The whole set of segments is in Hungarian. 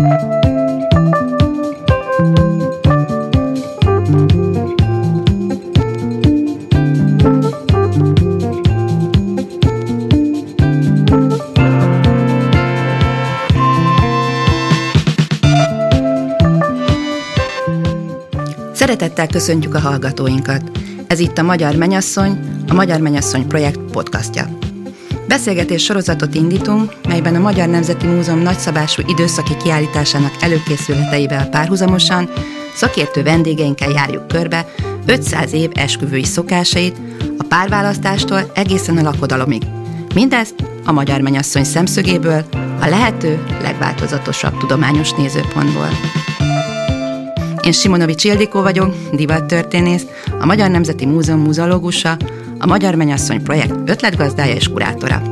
Szeretettel köszöntjük a hallgatóinkat. Ez itt a Magyar Mennyasszony, a Magyar Mennyasszony projekt podcastja. Beszélgetés sorozatot indítunk, melyben a Magyar Nemzeti Múzeum nagyszabású időszaki kiállításának előkészületeivel párhuzamosan szakértő vendégeinkkel járjuk körbe 500 év esküvői szokásait, a párválasztástól egészen a lakodalomig. Mindezt a Magyar Mennyasszony szemszögéből, a lehető legváltozatosabb tudományos nézőpontból. Én Simonovics Ildikó vagyok, divattörténész, a Magyar Nemzeti Múzeum muzeológusa, a Magyar Mennyasszony projekt ötletgazdája és kurátora.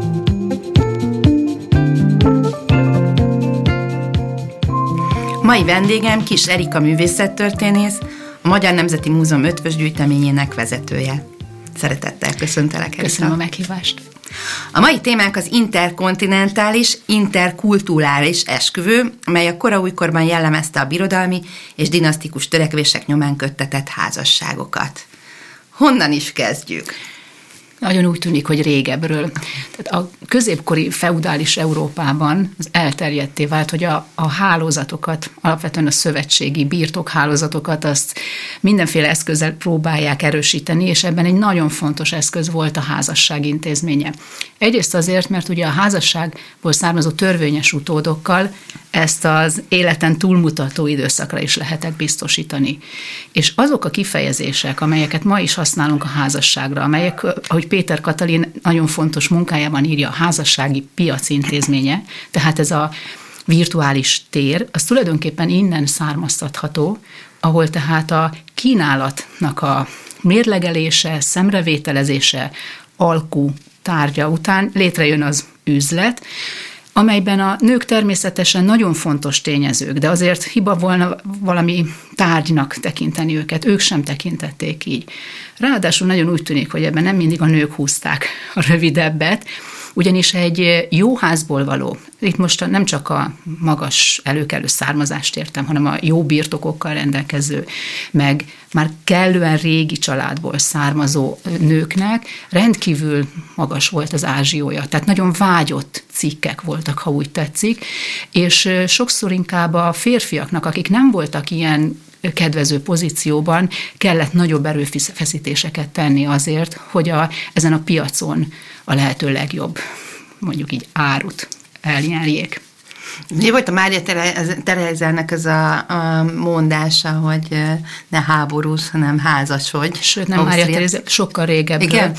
Mai vendégem Kiss Erika művészettörténész, a Magyar Nemzeti Múzeum ötvös gyűjteményének vezetője. Szeretettel köszöntelek, Erika. Köszönöm a meghívást. A mai témánk az interkontinentális, interkulturális esküvő, amely a koraújkorban jellemezte a birodalmi és dinasztikus törekvések nyomán köttetett házasságokat. Honnan is kezdjük? Nagyon úgy tűnik, hogy régebbről. Tehát a középkori feudális Európában az elterjedté vált, hogy a hálózatokat, alapvetően a szövetségi birtokhálózatokat, azt mindenféle eszközzel próbálják erősíteni, és ebben egy nagyon fontos eszköz volt a házasság intézménye. Egyrészt azért, mert ugye a házasságból származó törvényes utódokkal ezt az életen túlmutató időszakra is lehetett biztosítani. És azok a kifejezések, amelyeket ma is használunk a házasságra, amelyek, ahogy Péter Katalin nagyon fontos munkájában írja, a házassági piac intézménye, tehát ez a virtuális tér, az tulajdonképpen innen származtatható, ahol tehát a kínálatnak a mérlegelése, szemrevételezése, alkú tárgya után létrejön az üzlet, amelyben a nők természetesen nagyon fontos tényezők, de azért hiba volna valami tárgynak tekinteni őket, ők sem tekintették így. Ráadásul nagyon úgy tűnik, hogy ebben nem mindig a nők húzták a rövidebbet, ugyanis egy jó házból való, itt most nem csak a magas előkelő származást értem, hanem a jó birtokokkal rendelkező, meg már kellően régi családból származó nőknek rendkívül magas volt az ázsiója, tehát nagyon vágyott cikkek voltak, ha úgy tetszik, és sokszor inkább a férfiaknak, akik nem voltak ilyen kedvező pozícióban, kellett nagyobb erőfeszítéseket tenni azért, hogy ezen a piacon a lehető legjobb, mondjuk így árut elnyerjék. Mi volt a Mária Terézának ez a mondása, hogy ne háborús, hanem házasodj? Sőt, nem Mária Teréza, sokkal régebbre. Igen?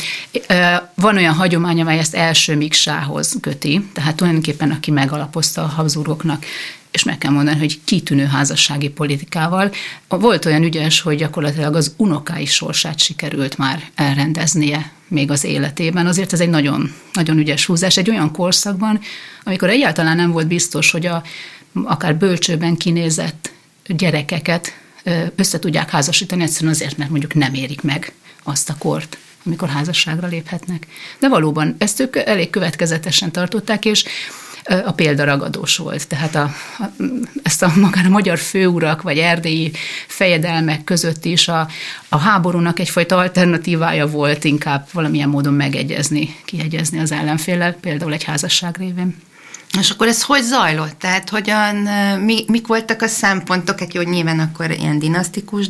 Van olyan hagyomány, amely ezt első Miksához köti, tehát tulajdonképpen aki megalapozta a Habsburgoknak, és meg kell mondani, hogy kitűnő házassági politikával. Volt olyan ügyes, hogy gyakorlatilag az unokái sorsát sikerült már elrendeznie még az életében. Azért ez egy nagyon, nagyon ügyes húzás. Egy olyan korszakban, amikor egyáltalán nem volt biztos, hogy akár bölcsőben kinézett gyerekeket össze tudják házasítani, egyszerűen azért, mert mondjuk nem érik meg azt a kort, amikor házasságra léphetnek. De valóban ezt ők elég következetesen tartották, és a példa ragadós volt. Tehát ezt magán a magyar főurak vagy erdélyi fejedelmek között is a háborúnak egyfajta alternatívája volt inkább valamilyen módon kiegyezni az ellenféllel, például egy házasság révén. És akkor ez hogy zajlott? Tehát mik voltak a szempontok, hogy nyilván akkor ilyen dinasztikus,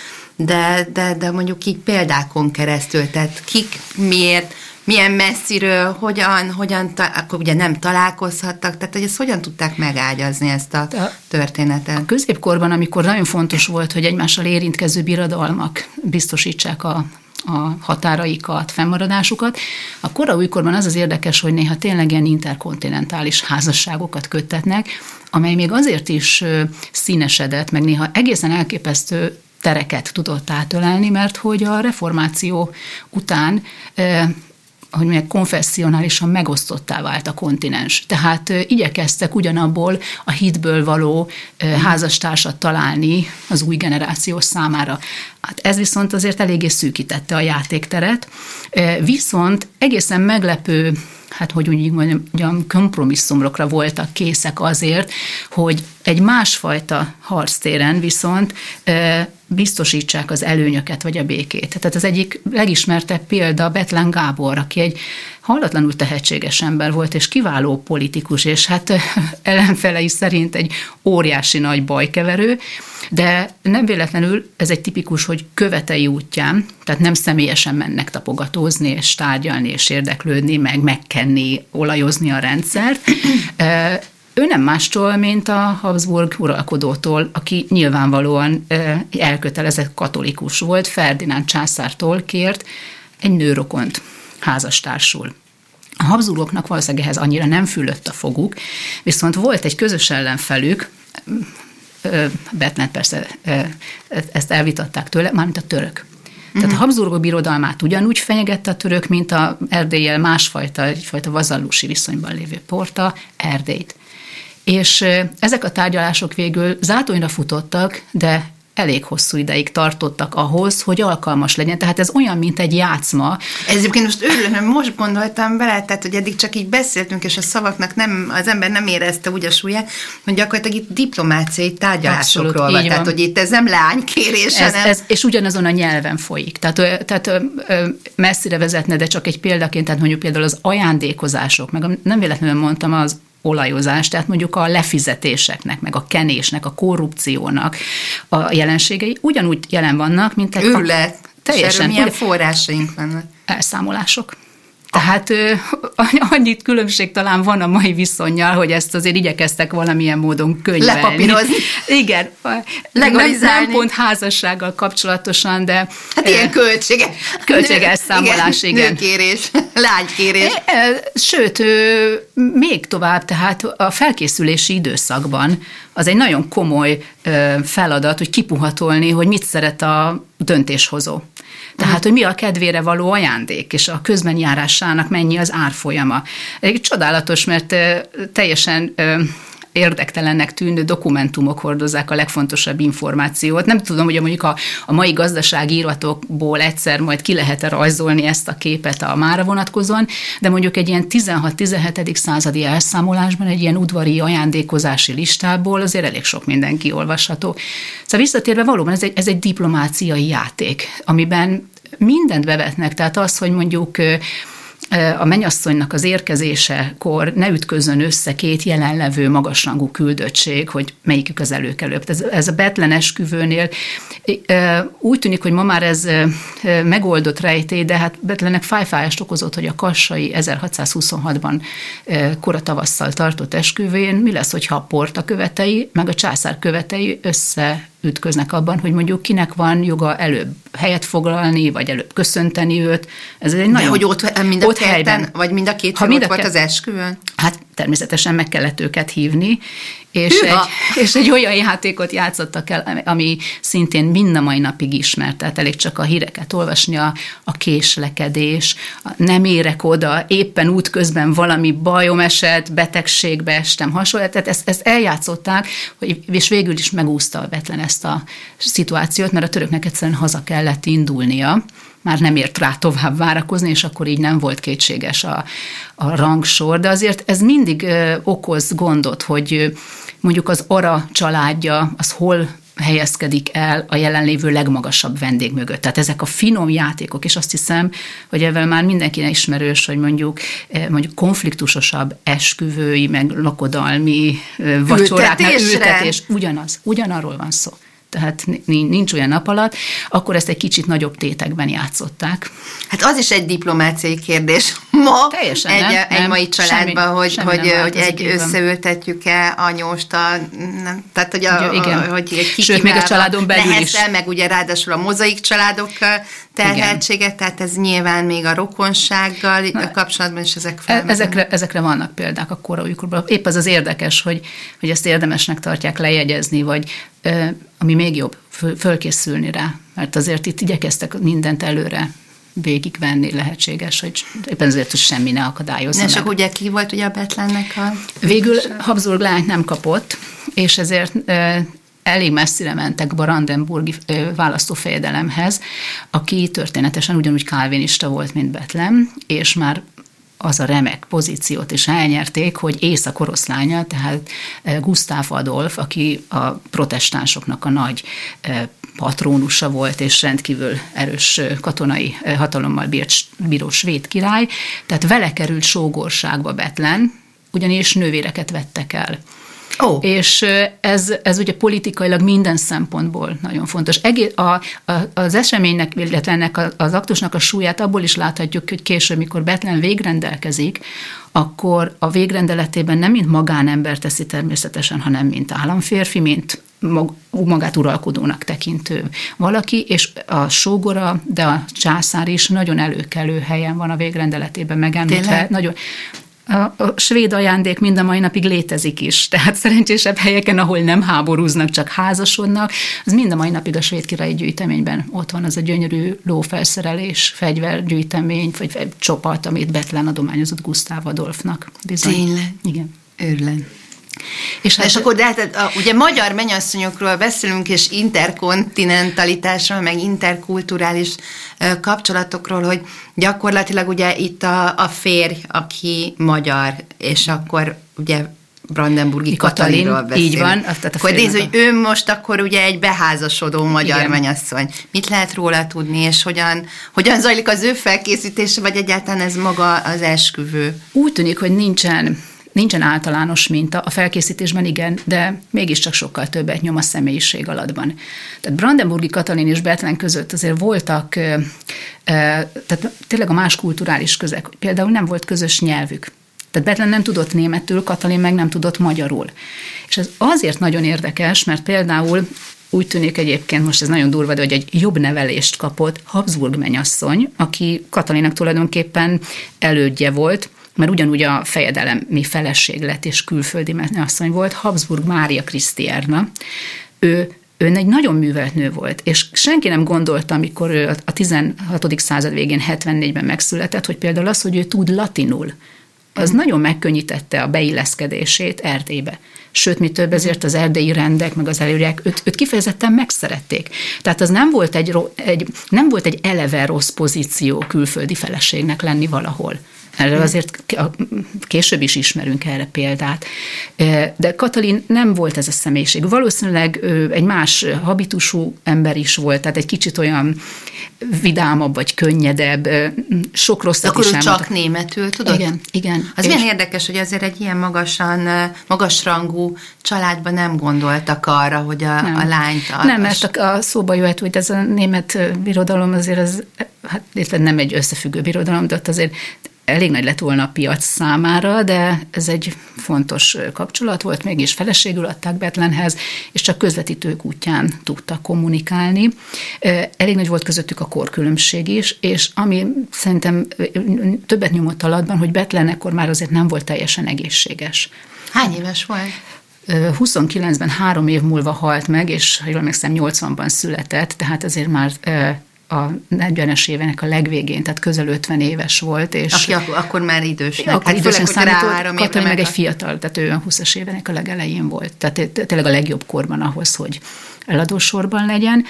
de mondjuk így példákon keresztül, tehát kik, miért, milyen messziről, hogyan akkor ugye nem találkozhattak, tehát hogy ezt hogyan tudták megágyazni ezt a történetet? A középkorban, amikor nagyon fontos volt, hogy egymással érintkező birodalmak biztosítsák a határaikat, fennmaradásukat, a koraújkorban az érdekes, hogy néha tényleg ilyen interkontinentális házasságokat köttetnek, amely még azért is színesedett, meg néha egészen elképesztő tereket tudott átölelni, mert hogy a reformáció után hogy mondják, konfesszionálisan megosztottá vált a kontinens. Tehát igyekeztek ugyanabból a hitből való házastársat találni az új generáció számára. Hát ez viszont azért eléggé szűkítette a játékteret, viszont egészen meglepő, hát hogy úgy mondjam, kompromisszumokra voltak készek azért, hogy egy másfajta harctéren viszont biztosítsák az előnyöket vagy a békét. Tehát az egyik legismertebb példa Bethlen Gábor, aki egy hallatlanul tehetséges ember volt, és kiváló politikus, és hát ellenfelei szerint egy óriási nagy bajkeverő, de nem véletlenül ez egy tipikus, hogy követei útján, tehát nem személyesen mennek tapogatózni, és tárgyalni, és érdeklődni, meg megkenni, olajozni a rendszert. Ő nem mástól, mint a Habsburg uralkodótól, aki nyilvánvalóan elkötelezett katolikus volt, Ferdinánd császártól kért egy nőrokont házastársul. A Habsburgoknak valószínűleg ehhez annyira nem fülött a foguk, viszont volt egy közös ellenfelük, Bethlen persze ezt elvitatták tőle, mármint a török. Tehát a Habsburgok birodalmát ugyanúgy fenyegette a török, mint a Erdéllyel egyfajta vazallusi viszonyban lévő Porta, Erdélyt. És ezek a tárgyalások végül zátonyra futottak, de elég hosszú ideig tartottak ahhoz, hogy alkalmas legyen. Tehát ez olyan, mint egy játszma. Ez egyébként most örülök, hogy most gondoltam bele, tehát, hogy eddig csak így beszéltünk, és a szavaknak az ember nem érezte úgy a súlyát, hogy gyakorlatilag itt diplomáciai tárgyalásokról van. Tehát, hogy itt ez nem lánykérés, hanem... És ugyanazon a nyelven folyik. Tehát messzire vezetne, de csak egy példaként, tehát mondjuk például az ajándékozások, meg nem véletlenül mondtam az olajozás, tehát mondjuk a lefizetéseknek, meg a kenésnek, a korrupciónak a jelenségei ugyanúgy jelen vannak, mint egy... Őrület. Teljesen. Milyen forrásaink vannak? Elszámolások. Tehát annyit különbség talán van a mai viszonnyal, hogy ezt azért igyekeztek valamilyen módon könyvelni. Lepapírozni. Igen. Nem pont házassággal kapcsolatosan, de... Hát ilyen költségelszámolás, igen. Nőkérés, lánykérés. Sőt, még tovább, tehát a felkészülési időszakban az egy nagyon komoly feladat, hogy kipuhatolni, hogy mit szeret a döntéshozó. Tehát, hogy mi a kedvére való ajándék, és a közbenjárásának mennyi az árfolyama. Csodálatos, mert teljesen érdektelennek tűnő dokumentumok hordozzák a legfontosabb információt. Nem tudom, hogy mondjuk a mai gazdaságíratokból egyszer majd ki lehet rajzolni ezt a képet a mára vonatkozóan, de mondjuk egy ilyen 16-17. Századi elszámolásban, egy ilyen udvari ajándékozási listából azért elég sok minden kiolvasható. Szóval visszatérve valóban ez egy diplomáciai játék, amiben mindent bevetnek, tehát az, hogy mondjuk a mennyasszonynak az érkezésekor ne ütközön össze két jelenlevő magasrangú küldöttség, hogy melyikük az előkelőbb. Ez a Bethlen esküvőnél úgy tűnik, hogy ma már ez megoldott rejtély, de hát Bethlennek fájfájást okozott, hogy a kassai 1626-ban koratavasszal tartott esküvőjén mi lesz, hogyha a Porta követei, meg a császár követei összeütköznek abban, hogy mondjuk kinek van joga előbb helyet foglalni, vagy előbb köszönteni őt. Ez egy nagyon... hogy ott mind a ketten, vagy mind a két ott volt az esküvőn? Hát természetesen meg kellett őket hívni, és egy olyan játékot játszottak el, ami szintén mind a mai napig ismert, tehát elég csak a híreket olvasni, a késlekedés, nem érek oda, éppen útközben valami bajom esett, betegségbe estem, hasonló, tehát ezt eljátszották, és végül is megúszta a Bethlen ezt a szituációt, mert a töröknek egyszerűen haza kellett indulnia, már nem ért rá tovább várakozni, és akkor így nem volt kétséges a rangsor, de azért ez mindig okoz gondot, hogy mondjuk az Ara családja, az hol helyezkedik el a jelenlévő legmagasabb vendég mögött. Tehát ezek a finom játékok, és azt hiszem, hogy ebben már mindenkinek ismerős, hogy mondjuk konfliktusosabb esküvői, meg lakodalmi vacsoráknál ültetés, ugyanarról van szó. Tehát nincs olyan nap alatt, akkor ezt egy kicsit nagyobb tétekben játszották. Hát az is egy diplomáciai kérdés ma teljesen egy mai családban, hogy összeültetjük-e anyóst, tehát hogy sőt, még a családon belül is. Meg ugye ráadásul a mozaik családok terheltséget, tehát ez nyilván még a rokonsággal kapcsolatban is ezekre vannak példák a koraújkorban. Épp az érdekes, hogy ezt érdemesnek tartják lejegyezni, vagy ami még jobb, fölkészülni rá, mert azért itt igyekeztek mindent előre végigvenni lehetséges, hogy éppen azért, hogy semmi ne akadályozza meg. És akkor ugye ki volt ugye a Bethlennek a... Végül Habsburg lányt nem kapott, és ezért elég messzire mentek brandenburgi választófejedelemhez, aki történetesen ugyanúgy kálvinista volt, mint Bethlen, és már az a remek pozíciót is elnyerték, hogy Észak-oroszlánya, tehát Gusztáv Adolf, aki a protestánsoknak a nagy patrónusa volt, és rendkívül erős katonai hatalommal bíró svéd király, tehát vele került sógorságba Bethlen, ugyanis nővéreket vettek el. Oh. És ez ugye politikailag minden szempontból nagyon fontos. Az eseménynek, illetve ennek az aktusnak a súlyát abból is láthatjuk, hogy később, mikor Bethlen végrendelkezik, akkor a végrendeletében nem mint magánember teszi természetesen, hanem mint államférfi, mint magát uralkodónak tekintő valaki, és a sógora, de a császár is nagyon előkelő helyen van a végrendeletében megemlítve. Nagyon. A svéd ajándék mind a mai napig létezik is, tehát szerencsésebb helyeken, ahol nem háborúznak, csak házasodnak, az mind a mai napig a svéd királyi gyűjteményben ott van az a gyönyörű lófelszerelés, fegyvergyűjtemény, vagy csopat, amit Bethlen adományozott Gusztáv Adolfnak. Bizony. Tényleg? Igen. Őrlen. És akkor de hát ugye magyar mennyasszonyokról beszélünk, és interkontinentalitásról, meg interkulturális kapcsolatokról, hogy gyakorlatilag ugye itt a férj, aki magyar, és akkor ugye brandenburgi Katalinról beszélünk. Így van. Akkor nézd, hogy ő most akkor ugye egy beházasodó magyar mennyasszony. Mit lehet róla tudni, és hogyan zajlik az ő felkészítése, vagy egyáltalán ez maga az esküvő? Úgy tűnik, hogy nincsen általános minta, a felkészítésben igen, de mégiscsak sokkal többet nyom a személyiség alatban. Tehát brandenburgi Katalin és Bethlen között azért voltak, tehát tényleg a más kulturális közeg, például nem volt közös nyelvük. Tehát Bethlen nem tudott németül, Katalin meg nem tudott magyarul. És ez azért nagyon érdekes, mert például úgy tűnik egyébként, most ez nagyon durva, de hogy egy jobb nevelést kapott Habsburg mennyasszony, aki Katalinnak tulajdonképpen elődje volt, mert ugyanúgy a fejedelemi feleség lett, és külföldi mennyasszony volt, Habsburg Mária Krisztiárna. Ő egy nagyon művelt nő volt, és senki nem gondolta, amikor ő a 16. század végén 74-ben megszületett, hogy például az, hogy ő tud latinul, az nagyon megkönnyítette a beilleszkedését Erdélybe. Sőt, mi több, ezért az erdélyi rendek, meg az előriek őt kifejezetten megszerették. Tehát az nem volt egy eleve rossz pozíció külföldi feleségnek lenni valahol. Erről azért később is ismerünk erre példát. De Katalin nem volt ez a személyiség. Valószínűleg egy más habitusú ember is volt, tehát egy kicsit olyan vidámabb, vagy könnyedebb, sok rosszat akkor is ő csak németül, tudod? Igen. Az milyen érdekes, hogy azért egy ilyen magasrangú családban nem gondoltak arra, hogy a lányt... Nem, mert a szóba jöhet, hogy ez a német birodalom azért nem egy összefüggő birodalom, de ott azért elég nagy lett volna a piac számára, de ez egy fontos kapcsolat volt, mégis feleségül adták Bethlenhez, és csak közvetítők útján tudtak kommunikálni. Elég nagy volt közöttük a korkülönbség is, és ami szerintem többet nyomott alatban, hogy Bethlen ekkor már azért nem volt teljesen egészséges. Hány éves volt? 29-ben 3 év múlva halt meg, és ha jól emlékszem, 80-ban született, tehát azért már a 40-es évenek a legvégén, tehát közel 50 éves volt. És aki akkor már idősnek. Akkor idősen számított, Katalin meg egy fiatal, tehát ő a 20-as évenek a legelején volt. Tehát tényleg a legjobb korban ahhoz, hogy eladósorban legyen,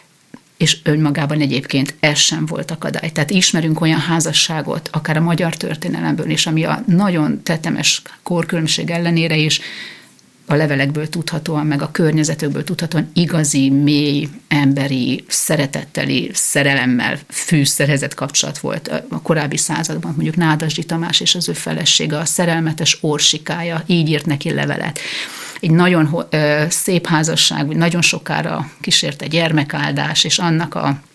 és önmagában egyébként ez sem volt akadály. Tehát ismerünk olyan házasságot, akár a magyar történelemből is, ami a nagyon tetemes korkülönbség ellenére is a levelekből tudhatóan, meg a környezetükből tudhatóan igazi, mély, emberi, szeretetteli, szerelemmel fűszerezett kapcsolat volt a korábbi században. Mondjuk Nádasdy Tamás és az ő felesége, a szerelmetes Orsikája, így írt neki levelet. Egy nagyon szép házasság, nagyon sokára kísérte gyermekáldás, és annak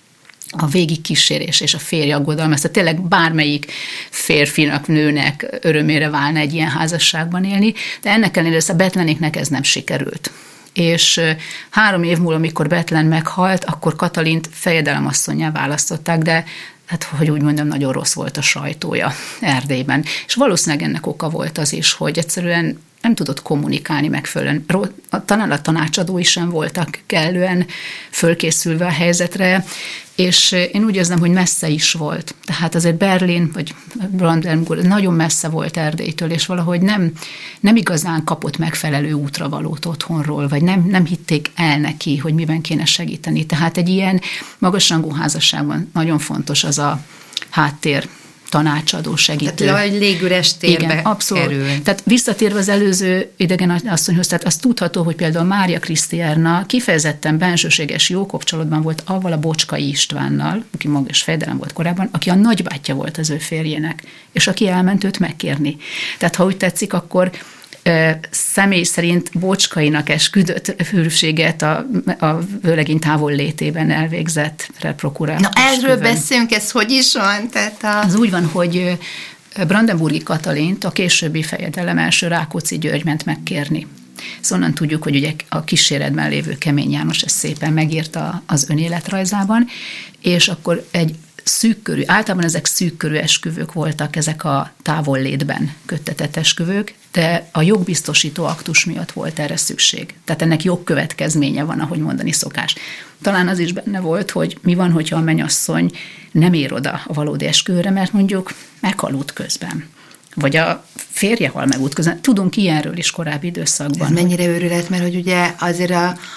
a végigkísérés és a férj aggodalma, ezt tényleg bármelyik férfinak, nőnek örömére válna egy ilyen házasságban élni, de ennek ellenére a Bethlenéknek ez nem sikerült. És 3 év múlva, amikor Bethlen meghalt, akkor Katalint fejedelemasszonnyá választották, de hát, hogy úgy mondjam, nagyon rossz volt a sajtója Erdélyben. És valószínűleg ennek oka volt az is, hogy egyszerűen nem tudott kommunikálni megfelelően. Talán a tanácsadói sem voltak kellően fölkészülve a helyzetre, és én úgy érzem, hogy messze is volt. Tehát azért Berlin, vagy Brandenburg nagyon messze volt Erdélytől, és valahogy nem igazán kapott megfelelő útravalót otthonról, vagy nem hitték el neki, hogy miben kéne segíteni. Tehát egy ilyen magasrangú házasságban nagyon fontos az a háttér, tanácsadó, segítő. Tehát hogy légüres térbe igen, abszolút. kerül. Tehát visszatérve az előző idegen asszonyhoz, tehát az tudható, hogy például Mária Krisztiána kifejezetten bensőséges jó kapcsolatban volt avval a Bocskai Istvánnal, aki magas fejedelem volt korábban, aki a nagybátyja volt az ő férjének, és aki elment őt megkérni. Tehát ha úgy tetszik, akkor személy szerint Bocskainak esküdött hűséget a vőlegény távol létében elvégzett prokurátor. Na erről beszélünk, ez hogy is van? Az úgy van, hogy Brandenburgi Katalint a későbbi fejedelem első Rákóczi György ment megkérni. Szóval onnan tudjuk, hogy ugye a kíséretben lévő Kemény János ezt szépen megírta az önéletrajzában, és akkor egy szűkkörű, általában ezek szűkkörű esküvők voltak, ezek a távollétben köttetett esküvők, de a jogbiztosító aktus miatt volt erre szükség. Tehát ennek jogkövetkezménye van, ahogy mondani szokás. Talán az is benne volt, hogy mi van, hogyha a mennyasszony nem ér oda a valódi esküvőre, mert mondjuk meghal útközben. Vagy a férje hal meg útközben. Tudunk ilyenről is korábbi időszakban. Ez mennyire őrület, mert hogy ugye azért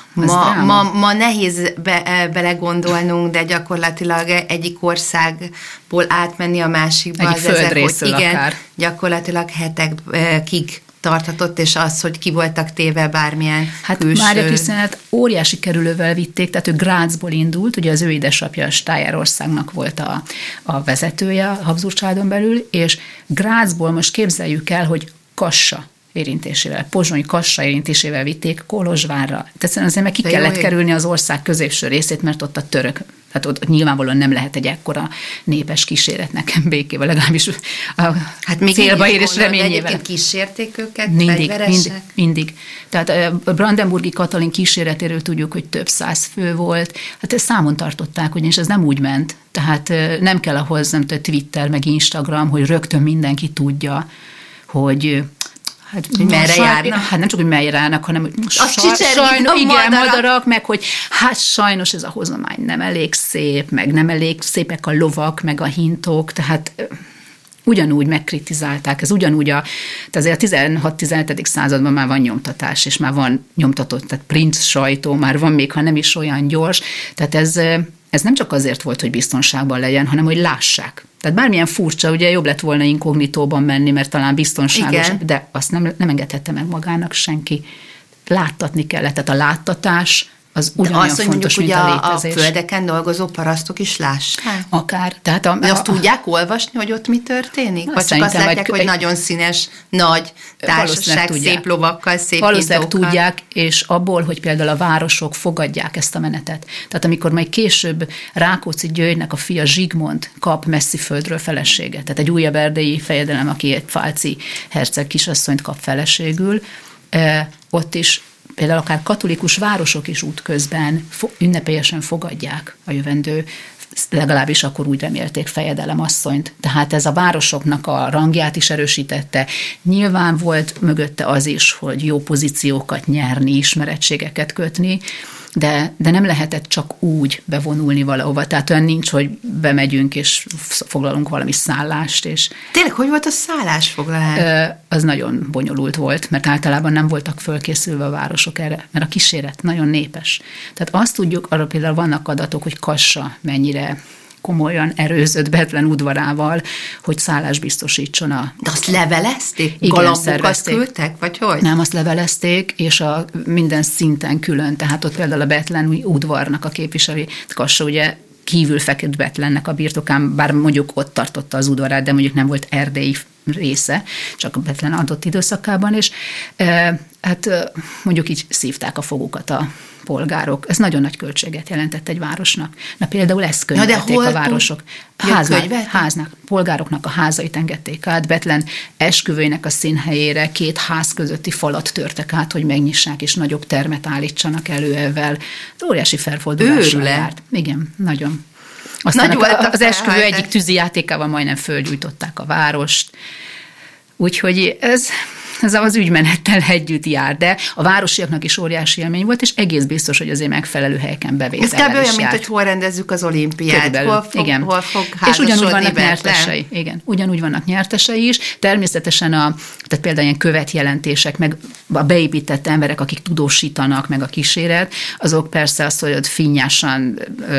ma nehéz belegondolnunk, de gyakorlatilag egyik országból átmenni a másikba. Egyik földrészről akár. Gyakorlatilag hetekig tarthatott, és az, hogy ki voltak téve bármilyen külső... Mária Krisztiánát óriási kerülővel vitték, tehát ő Grazból indult, ugye az ő édesapja Stájerországnak volt a vezetője a Habsburg családon belül, és Grazból most képzeljük el, hogy Kassa érintésével, pozsonyi Kassa érintésével vitték Kolozsvárra. Tehát azért meg ki kellett kerülni az ország középső részét, mert ott a török, hát ott nyilvánvalóan nem lehet egy ekkora népes kíséretnek békével, legalábbis a célba érés reményével. Egyébként kísérték őket, mindig. Tehát a Brandenburgi Katalin kíséretéről tudjuk, hogy több száz fő volt. Hát ezt számon tartották, ugyanis ez nem úgy ment. Tehát nem kell ahhoz, nem tudom, Twitter, meg Instagram, hogy rögtön mindenki tudja, hogy merre járnak? Hát nem csak, hogy merre járnak, hanem hogy madarak, meg hogy hát sajnos ez a hozomány nem elég szép, meg nem elég szépek a lovak, meg a hintók, tehát ugyanúgy megkritizálták, ez ugyanúgy tehát azért a 16-17. században már van nyomtatás, és már van nyomtatott, tehát print sajtó, már van még, ha nem is olyan gyors, tehát ez nem csak azért volt, hogy biztonságban legyen, hanem hogy lássák. Tehát bármilyen furcsa, ugye jobb lett volna inkognitóban menni, mert talán biztonságos, igen. De azt nem engedhette meg magának senki. Láttatni kellett, tehát a láttatás az ugyanolyan fontos, mint a létezés. A földeken dolgozó parasztok is lássák? Akár. Tehát azt tudják olvasni, hogy ott mi történik? Vagy csak azt látják, hogy nagyon színes, nagy társaság, szép lovakkal, szép valószínűleg tudják, és abból, hogy például a városok fogadják ezt a menetet. Tehát amikor majd később Rákóczi Györgynek a fia Zsigmond kap Messzi-földről feleséget, tehát egy újabb erdélyi fejedelem, aki egy pfalzi herceg kisasszonyt kap feleségül, ott is például akár katolikus városok is útközben ünnepélyesen fogadják a jövendő, legalábbis akkor úgy remélték fejedelemasszonyt. Tehát ez a városoknak a rangját is erősítette. Nyilván volt mögötte az is, hogy jó pozíciókat nyerni, ismerettségeket kötni, de nem lehetett csak úgy bevonulni valahova. Tehát olyan nincs, hogy bemegyünk és foglalunk valami szállást. És tényleg, hogy volt a szállásfoglalás? Az nagyon bonyolult volt, mert általában nem voltak fölkészülve a városok erre, mert a kíséret nagyon népes. Tehát azt tudjuk, arra például vannak adatok, hogy Kassa mennyire komolyan erőzött Bethlen udvarával, hogy szállást biztosítson De azt levelezték? Galambokat küldtek, vagy hogy? Nem, azt levelezték, és minden szinten külön. Tehát ott például a Bethlen udvarnak a képviselői, Kassa ugye kívül feküdt Bethlennek a birtokán, bár mondjuk ott tartotta az udvarát, de mondjuk nem volt erdélyi része, csak a Bethlen adott időszakában, és hát mondjuk így szívták a fogukat a polgárok. Ez nagyon nagy költséget jelentett egy városnak. Na például ezt könyvelték a városok. Háznak, polgároknak a házait engedték át, Bethlen esküvőinek a színhelyére 2 ház közötti falat törtek át, hogy megnyissák és nagyobb termet állítsanak elő ezzel. Óriási felfordulással járt. Igen, nagyon. Aztán az esküvő egyik tűzijátékával majdnem fölgyújtották a várost. Úgyhogy ez ez az ügymenettel együtt jár, de a városiaknak is óriási élmény volt, és egész biztos, hogy azért megfelelő helyeken bevétellel. Ez kb. Olyan, mint hogy hol rendezzük az olimpiát. Hol fog és ugyanúgy vannak nyertesei. Igen, ugyanúgy vannak nyertesei is. Természetesen tehát például ilyen követjelentések, meg a beépített emberek, akik tudósítanak, meg a kíséret, azok persze azt, hogy ott finnyásan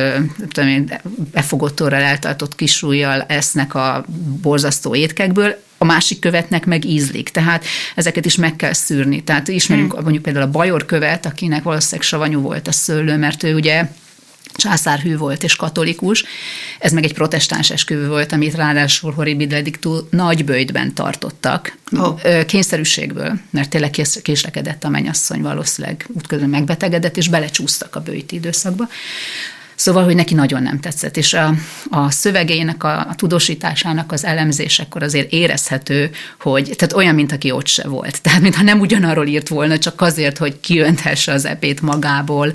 befogott orral eltartott kisujjal esznek a borzasztó étkekből, a másik követnek meg ízlik. Tehát ezeket is meg kell szűrni. Tehát ismerünk mondjuk például a Bajor követ, akinek valószínűleg savanyú volt a szőlő, mert ő ugye császárhű volt és katolikus. Ez meg egy protestáns esküvő volt, amit ráadásul horribile dictu nagy böjtben tartottak. Kényszerűségből, mert tényleg késlekedett a mennyasszony, valószínűleg útközben megbetegedett, és belecsúsztak a böjti időszakba. Szóval, hogy neki nagyon nem tetszett, és a szövegének, a tudósításának az elemzésekor azért érezhető, hogy, tehát olyan, mint aki ott se volt. Tehát, mintha nem ugyanarról írt volna, csak azért, hogy kiönthesse az epét magából,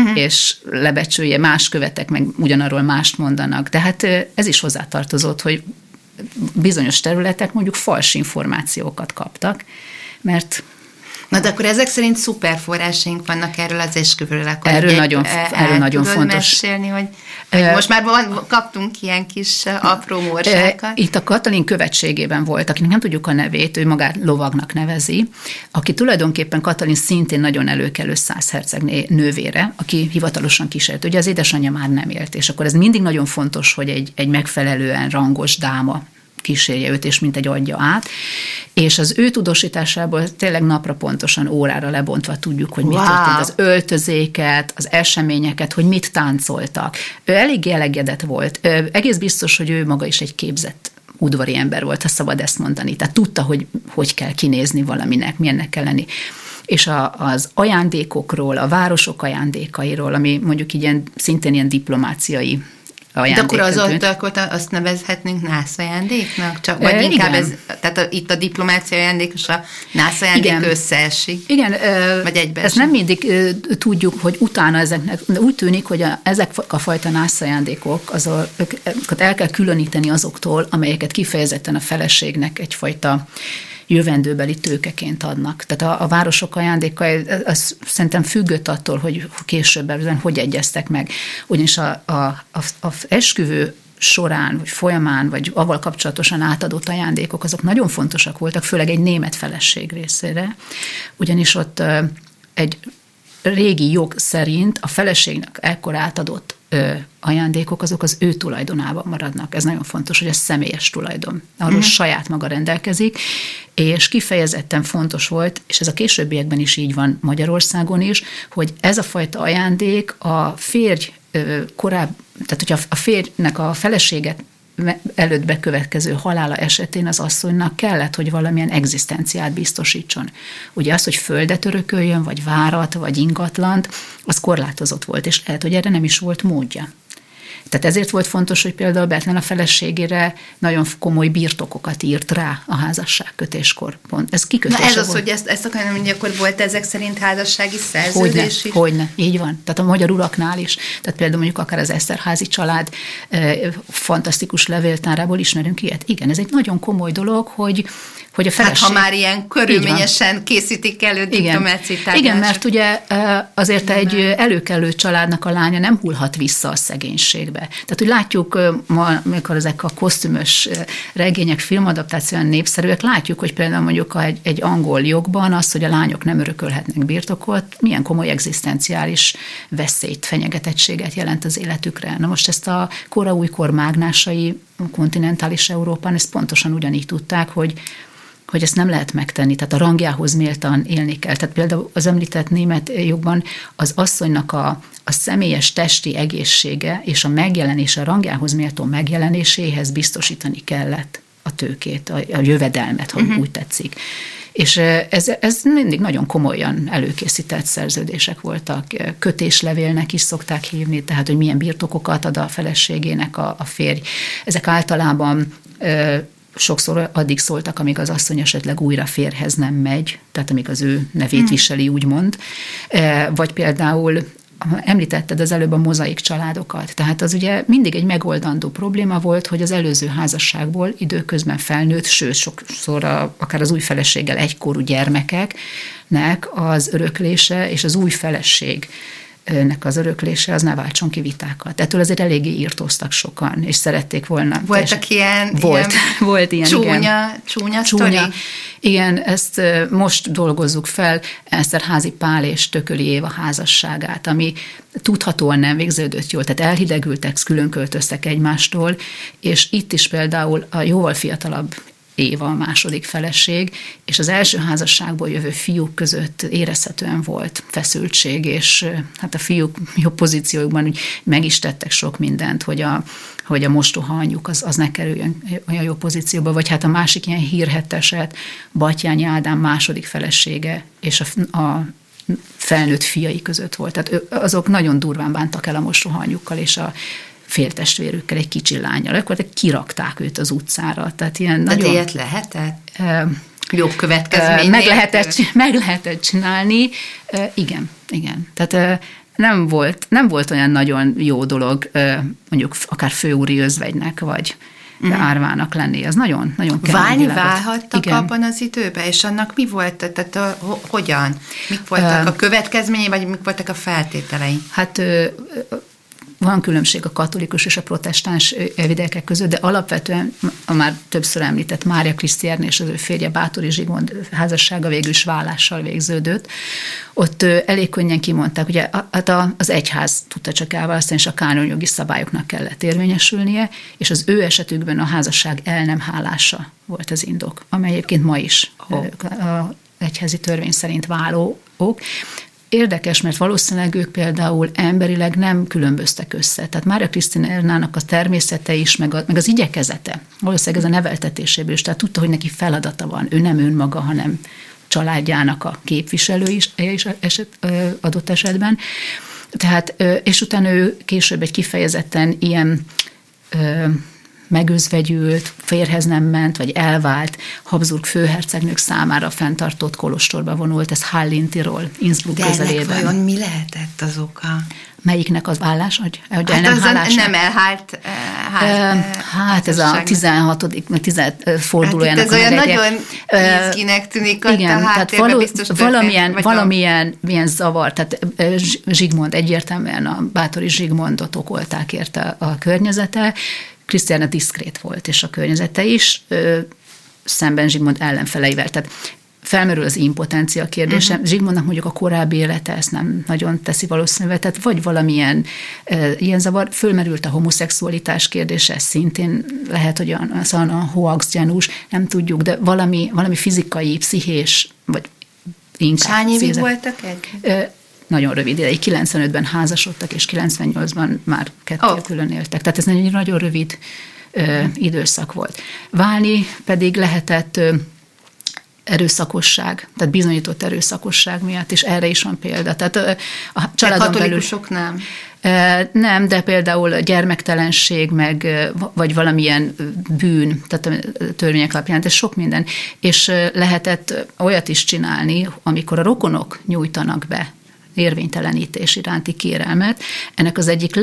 és lebecsülje, más követek, meg ugyanarról mást mondanak. De hát ez is hozzátartozott, hogy bizonyos területek mondjuk fals információkat kaptak, mert... Na, de akkor ezek szerint szuper forrásaink vannak erről az esküvőről. Erről nagyon fontos. Mesélni, hogy most már kaptunk ilyen kis apró morsákat. Itt a Katalin követségében volt, akinek nem tudjuk a nevét, ő magát lovagnak nevezi, aki tulajdonképpen Katalin szintén nagyon előkelő 100 herceg nővére, aki hivatalosan kísért. Ugye az édesanyja már nem élt, és akkor ez mindig nagyon fontos, hogy egy megfelelően rangos dáma kísérje őt, és mint egy adja át. És az ő tudósításából tényleg napra pontosan, órára lebontva tudjuk, hogy mit történt, az öltözéket, az eseményeket, hogy mit táncoltak. Ő eléggé elégedett volt. Egész biztos, hogy ő maga is egy képzett udvari ember volt, ha szabad ezt mondani. Tehát tudta, hogy kell kinézni valaminek, milyennek kell lenni. És az ajándékokról, a városok ajándékairól, ami mondjuk szintén ilyen diplomáciai de akkor azt nevezhetnénk nászajándéknak? Vagy inkább ez, tehát itt a diplomácia ajándék és a nászajándék összeesik? Igen, vagy egybeesik? Ezt nem mindig tudjuk, hogy utána ezeknek, de úgy tűnik, hogy ezek a fajta nászajándékok, azokat el kell különíteni azoktól, amelyeket kifejezetten a feleségnek egyfajta jövendőbeli tőkeként adnak. Tehát a városok ajándékai, az szerintem függött attól, hogy később hogy egyeztek meg. Ugyanis a esküvő során, vagy folyamán, vagy avval kapcsolatosan átadott ajándékok, azok nagyon fontosak voltak, főleg egy német feleség részére. Ugyanis ott egy régi jog szerint a feleségnek ekkor átadott ajándékok, azok az ő tulajdonában maradnak. Ez nagyon fontos, hogy ez személyes tulajdon. Arról saját maga rendelkezik, és kifejezetten fontos volt, és ez a későbbiekben is így van Magyarországon is, hogy ez a fajta ajándék a férj tehát hogyha a férjnek a feleséget előtt bekövetkező halála esetén az asszonynak kellett, hogy valamilyen egzisztenciát biztosítson. Ugye az, hogy földet örököljön, vagy várat, vagy ingatlant, az korlátozott volt, és lehet, hogy erre nem is volt módja. Tehát ezért volt fontos, hogy például Bethlen a feleségére nagyon komoly birtokokat írt rá a házasságkötéskor. Pont. Ez kikötése volt. Na ez az, volt. hogy ezt akarom, hogy akkor volt ezek szerint házassági szerződés is? Hogyne, így van. Tehát a magyar uraknál is. Tehát például mondjuk akár az Eszterházy család fantasztikus levéltárából ismerünk ilyet. Igen, ez egy nagyon komoly dolog, hogy a feleség... Hát ha már ilyen körülményesen készítik elő diplomáciai tárgyalások. Igen, mert ugye azért egy előkelő családnak a lánya nem hullhat vissza a szegénységbe. Tehát, hogy látjuk, amikor ezek a kosztümös regények, filmadaptációan népszerűek, látjuk, hogy például mondjuk egy angol jogban az, hogy a lányok nem örökölhetnek birtokot, milyen komoly egzisztenciális veszélyt, fenyegetettséget jelent az életükre. Na most ezt a kora-újkor mágnásai kontinentális Európán ezt pontosan ugyanígy tudták, hogy ezt nem lehet megtenni, tehát a rangjához méltán élni kell. Tehát például az említett német jogban az asszonynak a személyes testi egészsége és a megjelenése, a rangjához méltó megjelenéséhez biztosítani kellett a tőkét, a jövedelmet, ha úgy tetszik. És ez mindig nagyon komolyan előkészített szerződések voltak. Kötéslevélnek is szokták hívni, tehát hogy milyen birtokokat ad a feleségének a férj. Ezek általában sokszor addig szóltak, amíg az asszony esetleg újra férjhez nem megy, tehát amíg az ő nevét viseli, úgymond. Vagy például említetted az előbb a mozaik családokat, tehát az ugye mindig egy megoldandó probléma volt, hogy az előző házasságból időközben felnőtt, sőt sokszor akár az új feleséggel egykorú gyermekeknek az öröklése és az új feleségnek az öröklése az ne váltson ki vitákat. Ettől azért eléggé írtóztak sokan, és szerették volna. Voltak ilyen csúnya sztori? Igen, ezt most dolgozzuk fel, Eszterházy Pál és Tököli Éva házasságát, ami tudhatóan nem végződött jól, tehát elhidegültek, külön költöztek egymástól, és itt is például a jóval fiatalabb Éva a második feleség, és az első házasságból jövő fiúk között érezhetően volt feszültség, és hát a fiúk jobb pozíciókban úgy meg is tettek sok mindent, hogy a mostoha anyjuk az ne kerüljön olyan jó pozícióba, vagy hát a másik ilyen hírhedt eset, Batthyány Ádám második felesége, és a felnőtt fiai között volt. Tehát azok nagyon durván bántak el a mostoha anyjukkal, és a féltestvérükkel, egy kicsi lánnyal. Akkor kirakták őt az utcára. Tehát ilyen de nagyon... ilyet lehetett? Jobb következmény meg lehetett csinálni. Igen. Tehát nem volt olyan nagyon jó dolog, mondjuk akár főúri özvegynek, vagy árvának lenni. Ez nagyon válhattak abban az időben, és annak mi volt, tehát hogyan? Mik voltak a következményei, vagy mik voltak a feltételei? Hát van különbség a katolikus és a protestáns vidékek között, de alapvetően a már többször említett Mária Krisztián és az ő férje Báthori Zsigmond házassága végül is vállással végződött. Ott elég könnyen kimondták, ugye az egyház tudta csak elválasztani, és a kánonjogi szabályoknak kellett érvényesülnie, és az ő esetükben a házasság el nem hálása volt az indok, amely egyébként ma is a egyházi törvény szerint váló ok. Érdekes, mert valószínűleg ők például emberileg nem különböztek össze. Tehát Mária Krisztinának a természete is, meg az igyekezete, valószínűleg ez a neveltetéséből is, tehát tudta, hogy neki feladata van. Ő nem önmaga, hanem családjának a képviselő is adott esetben. Tehát, és utána ő később egy kifejezetten ilyen megözvegyült, férhez nem ment, vagy elvált Habsburg főhercegnők számára fenntartott kolostorba vonult, ez Hallin-Tirol, Innsbruck közelében. De ennek vajon mi lehetett az oka? Melyiknek az vállás? Hogy hát nem elhált. Hát ez a 16. meg 17. fordulójának. Hát ez olyan nagyon izginek tűnik, hogy igen, a háttérben biztos valamilyen zavar, tehát Zsigmond egyértelműen a Báthori Zsigmondot okolták érte a környezete, Krisztiána diszkrét volt, és a környezete is, szemben Zsigmond ellenfeleivel. Tehát felmerül az impotencia kérdése. Zsigmondnak mondjuk a korábbi élete ezt nem nagyon teszi valószínűvé, tehát vagy valamilyen ilyen zavar. Fölmerült a homoszexualitás kérdése, szintén lehet, hogy a hoax gyanús, nem tudjuk, de valami fizikai, pszichés, vagy inkább. Hány évig voltak egy? Nagyon rövid ideig. 95-ben házasodtak, és 98-ban már kettő külön éltek. Tehát ez egy nagyon rövid időszak volt. Válni pedig lehetett erőszakosság, tehát bizonyított erőszakosság miatt, és erre is van példa. Tehát a családon katolikusok belül, nem, de például a gyermektelenség, vagy valamilyen bűn, tehát a törvények alapján, ez sok minden. És lehetett olyat is csinálni, amikor a rokonok nyújtanak be érvénytelenítés iránti kérelmet. Ennek az egyik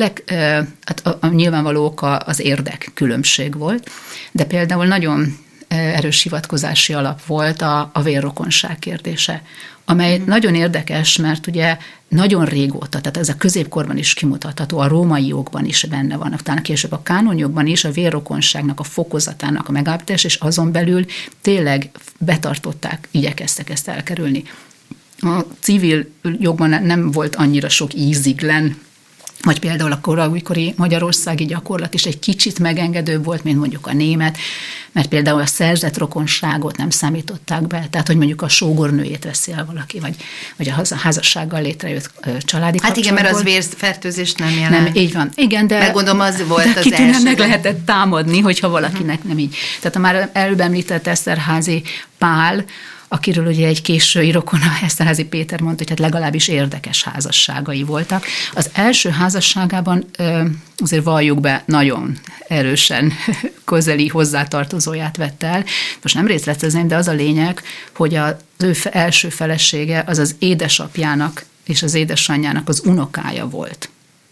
a nyilvánvaló oka az érdek különbség volt, de például nagyon erős hivatkozási alap volt a vérrokonság kérdése, amely nagyon érdekes, mert ugye nagyon régóta, tehát ez a középkorban is kimutatható, a római jogban is benne vannak, talán később a kánonjogban is a vérrokonságnak a fokozatának a megállapítás, és azon belül tényleg betartották, igyekeztek ezt elkerülni. A civil jogban nem volt annyira sok íziglen, vagy például a korábbi magyarországi gyakorlat is egy kicsit megengedőbb volt, mint mondjuk a német, mert például a szerzett rokonságot nem számították be, tehát hogy mondjuk a sógornőjét veszi el valaki, vagy a házassággal létrejött családi kapcsolatból. Hát igen, mert az vérfertőzés nem jelent. Nem, így van. Igen, de meggondolom, az volt de az első. Nem meg lehetett támadni, hogyha valakinek nem így. Tehát a már előbb említett Eszterházy Pál, akiről ugye egy késői rokona, Eszterházy Péter mondta, hogy hát legalábbis érdekes házasságai voltak. Az első házasságában azért valljuk be, nagyon erősen közeli hozzátartozóját vett el. Most nem részletezném, de az a lényeg, hogy az ő első felesége az édesapjának és az édesanyjának az unokája volt.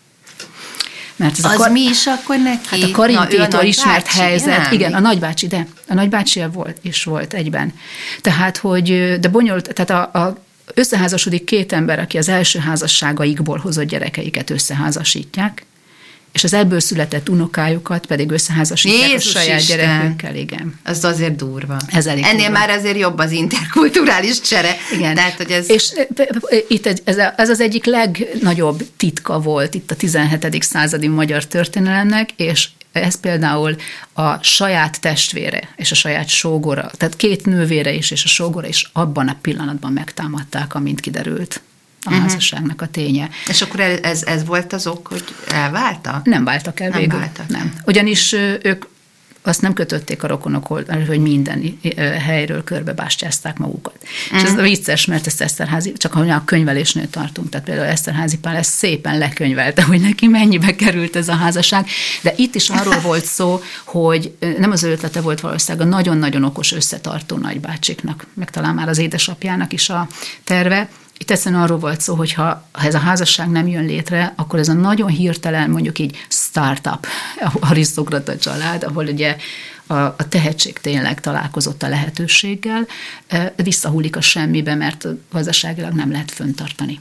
Mert az mi is akkor neki? Hát a Karintétól ismert helyzet. Nem? Igen, a nagybácsi, de a nagybácsi volt egyben. Tehát, hogy, de bonyolult, tehát a összeházasodik két ember, aki az első házasságaikból hozott gyerekeiket összeházasítják, és az ebből született unokájukat pedig összeházasítják Jézus a saját Isten. Gyerekükkel, igen. Az azért durva. Ennél durva. Már azért jobb az interkulturális csere. Igen. Tehát, hogy és itt ez az egyik legnagyobb titka volt itt a 17. századi magyar történelemnek, és ez például a saját testvére és a saját sógora, tehát két nővére is és a sógora is abban a pillanatban megtámadták, amint kiderült a házasságnak a ténye. És akkor ez volt az ok, hogy elváltak? Nem váltak el végül. Nem. Ugyanis ők azt nem kötötték a rokonok, hogy minden helyről körbebástyázták magukat. És ez vicces, mert ezt Eszterházy, csak a könyvelésnél tartunk, tehát például Eszterházy Pál ezt szépen lekönyvelte, hogy neki mennyibe került ez a házasság, de itt is arról volt szó, hogy nem az ő ötlete volt valószínűleg a nagyon-nagyon okos összetartó nagybácsiknak, meg talán már az édesapjának is a terve. Itt egyszerűen arról volt szó, hogy ha ez a házasság nem jön létre, akkor ez a nagyon hirtelen, mondjuk így startup, arisztokrata család, ahol ugye a tehetség tényleg találkozott a lehetőséggel, visszahullik a semmibe, mert gazdaságilag nem lehet föntartani.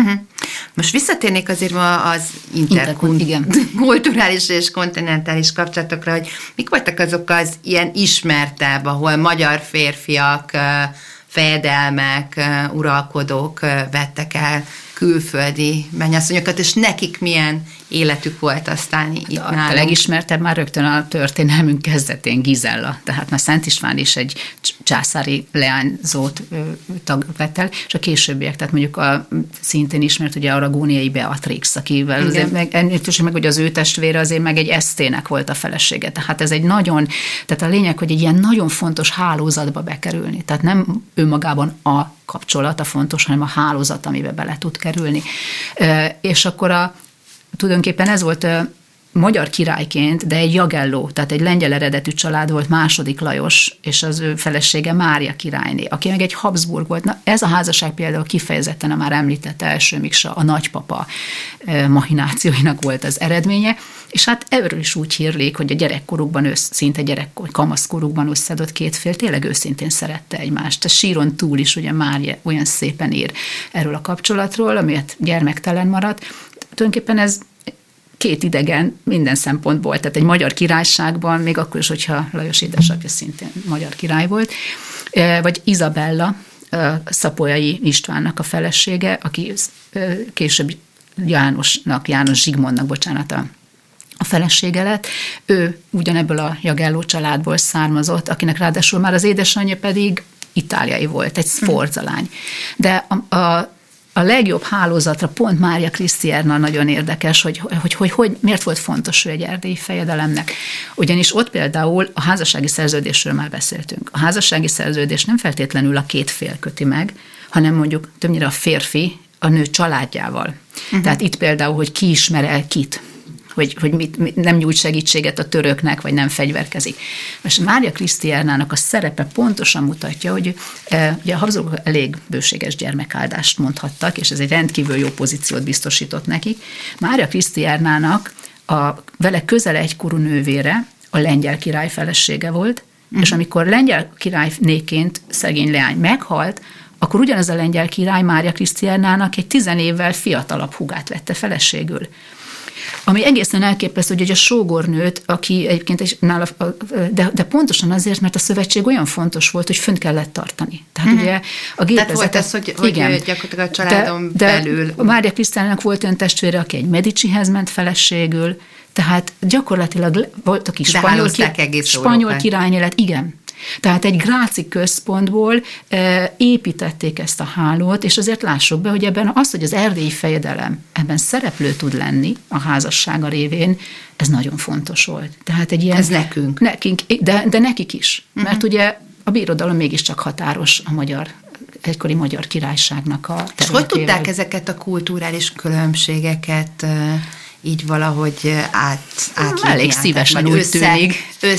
Most visszatérnék azért az interkulturális és kontinentális kapcsolatokra, hogy mik voltak azok az ilyen ismertebb, ahol magyar férfiak, fejedelmek, uralkodók vettek el külföldi mennyasszonyokat, és nekik milyen életük volt aztán itt nálunk. A legismertebb már rögtön a történelmünk kezdetén Gizella, tehát már Szent István is egy császári leányzót vett el, és a későbbiek, tehát mondjuk a szintén ismert ugye Aragóniai Beatrix, akivel azért meg hogy az ő testvére azért meg egy esztének volt a felesége. Tehát ez egy nagyon, tehát a lényeg, hogy egy ilyen nagyon fontos hálózatba bekerülni. Tehát nem önmagában a kapcsolata fontos, hanem a hálózat, amiben bele tud kerülni. És akkor tulajdonképpen ez volt magyar királyként, de egy Jagelló, tehát egy lengyel eredetű család volt, II. Lajos, és az ő felesége Mária királyné, aki meg egy Habsburg volt. Na, ez a házasság például kifejezetten a már említett első Miksa, a nagypapa machinációinak volt az eredménye, és hát erről is úgy hírlék, hogy a gyerekkorukban, kamaszkorukban összedott két fél tényleg őszintén szerette egymást. A síron túl is ugye Mária olyan szépen ír erről a kapcsolatról, amiért gyermektelen maradt. Tulajdonképpen ez két idegen minden szempontból, tehát egy magyar királyságban, még akkor is, hogyha Lajos édesapja szintén magyar király volt, vagy Izabella, Szapolyai Istvánnak a felesége, aki később János Zsigmondnak, a felesége lett. Ő ugyanebből a Jagelló családból származott, akinek ráadásul már az édesanyja pedig itáliai volt, egy Sforza lány. De a legjobb hálózatra pont Mária Krisztiána nagyon érdekes, hogy miért volt fontos ő egy erdélyi fejedelemnek. Ugyanis ott például a házassági szerződésről már beszéltünk. A házassági szerződés nem feltétlenül a két fél köti meg, hanem mondjuk többnyire a férfi a nő családjával. Tehát itt például, hogy ki ismer el kit, hogy nem nyújt segítséget a töröknek, vagy nem fegyverkezik. És Mária Krisztiánának a szerepe pontosan mutatja, hogy ugye a Habsburgok elég bőséges gyermekáldást mondhattak, és ez egy rendkívül jó pozíciót biztosított nekik. Mária Krisztiánának a vele közel egykorú nővére a lengyel király felesége volt, és amikor lengyel királynéként szegény leány meghalt, akkor ugyanaz a lengyel király Mária Krisztiánának egy 10 évvel fiatalabb húgát vette feleségül. Ami egészen elképesztő, hogy a sógornőt, aki egyébként de pontosan azért, mert a szövetség olyan fontos volt, hogy fönt kellett tartani. Tehát ugye a gépezetet... Tehát volt ez, hogy gyakorlatilag a családon belül... De Mária Krisztiánának volt olyan testvére, aki egy Medicihez ment feleségül, tehát gyakorlatilag voltak is spanyol királynélet, igen. Tehát egy gráci központból építették ezt a hálót, és azért lássuk be, hogy ebben az, hogy az erdélyi fejedelem ebben szereplő tud lenni a házassága révén, ez nagyon fontos volt. Tehát egy ilyen, ez nekünk. De nekik is. Mert ugye a birodalom mégiscsak határos a egykori magyar királyságnak a területével. És hogy tudták ezeket a kulturális különbségeket így valahogy elég szívesen úgy tűnik.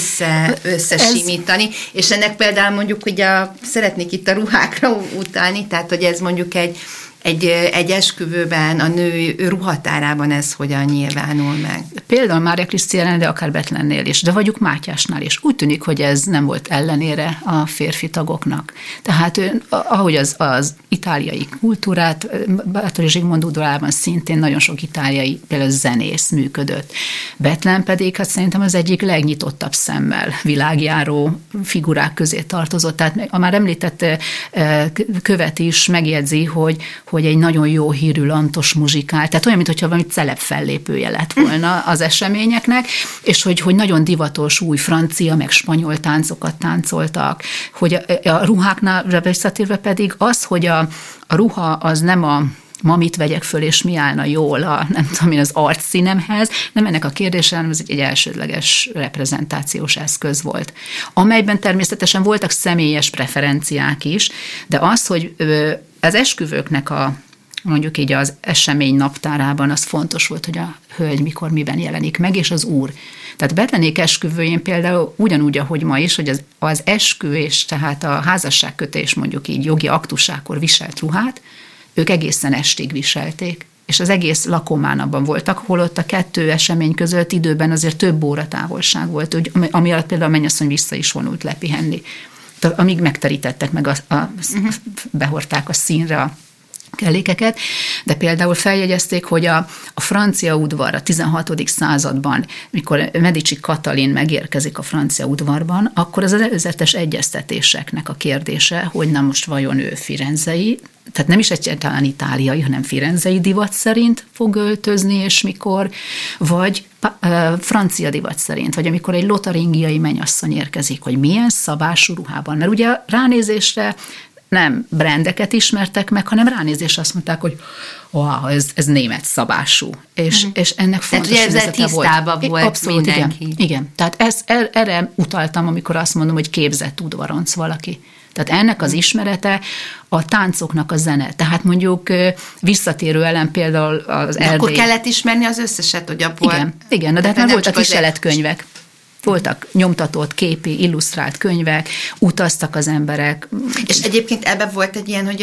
Összesimítani. És ennek például mondjuk ugye szeretnék itt a ruhákra utalni, tehát hogy ez mondjuk egy egy esküvőben, a nő ruhatárában ez hogyan nyilvánul meg? Például Mária Krisztiánál, de akár Betlennél is, de vagyunk Mátyásnál is. Úgy tűnik, hogy ez nem volt ellenére a férfi tagoknak. Tehát ahogy az itáliai kultúrát, Báthori Zsigmond udvarában szintén nagyon sok itáliai, például zenész működött. Betlen pedig hát szerintem az egyik legnyitottabb szemmel világjáró figurák közé tartozott. Tehát a már említett követ is megjegyzi, hogy egy nagyon jó hírű lantos muzsikál, tehát olyan, mintha valami celeb fellépője lett volna az eseményeknek, és hogy nagyon divatos új francia, meg spanyol táncokat táncoltak, hogy a ruháknál visszatérve pedig az, hogy a ruha az nem ma mit vegyek föl, és mi állna jól nem tudom én, az arcszínemhez, nem ennek a kérdése, hanem ez egy elsődleges reprezentációs eszköz volt. Amelyben természetesen voltak személyes preferenciák is, de az, hogy az esküvőknek mondjuk így az esemény naptárában az fontos volt, hogy a hölgy mikor miben jelenik meg, és az úr. Tehát Betlenék esküvőjén például ugyanúgy, ahogy ma is, hogy az eskü és tehát a házasságkötés mondjuk így jogi aktusákor viselt ruhát, ők egészen estig viselték, és az egész lakománabban voltak, holott a kettő esemény között időben azért több óra távolság volt, ami alatt például a mennyasszony vissza is vonult lepihenni. Amíg megterítettek, meg behordták a színre a kellékeket, de például feljegyezték, hogy a francia udvar a 16. században, mikor Medici Katalin megérkezik a francia udvarban, akkor az előzetes egyeztetéseknek a kérdése, hogy na most vajon ő firenzei, tehát nem is egyáltalán itáliai, hanem firenzei divat szerint fog öltözni, és mikor, vagy francia divat szerint, vagy amikor egy lotaringiai mennyasszony érkezik, hogy milyen szabású ruhában. Mert ugye ránézésre nem brandeket ismertek meg, hanem ránézésre azt mondták, hogy wow, ez német szabású. És ennek fontos üzenete volt. Tehát volt abszolút, mindenki. Igen. Tehát erre utaltam, amikor azt mondom, hogy képzett udvaronc valaki. Tehát ennek az ismerete a táncoknak a zene. Tehát mondjuk visszatérő elem például az erdély. Akkor kellett ismerni az összeset, hogy abból... Igen, de hát már voltak viseletkönyvek. Voltak nyomtatott, képi, illusztrált könyvek, utaztak az emberek. És egyébként ebben volt egy ilyen,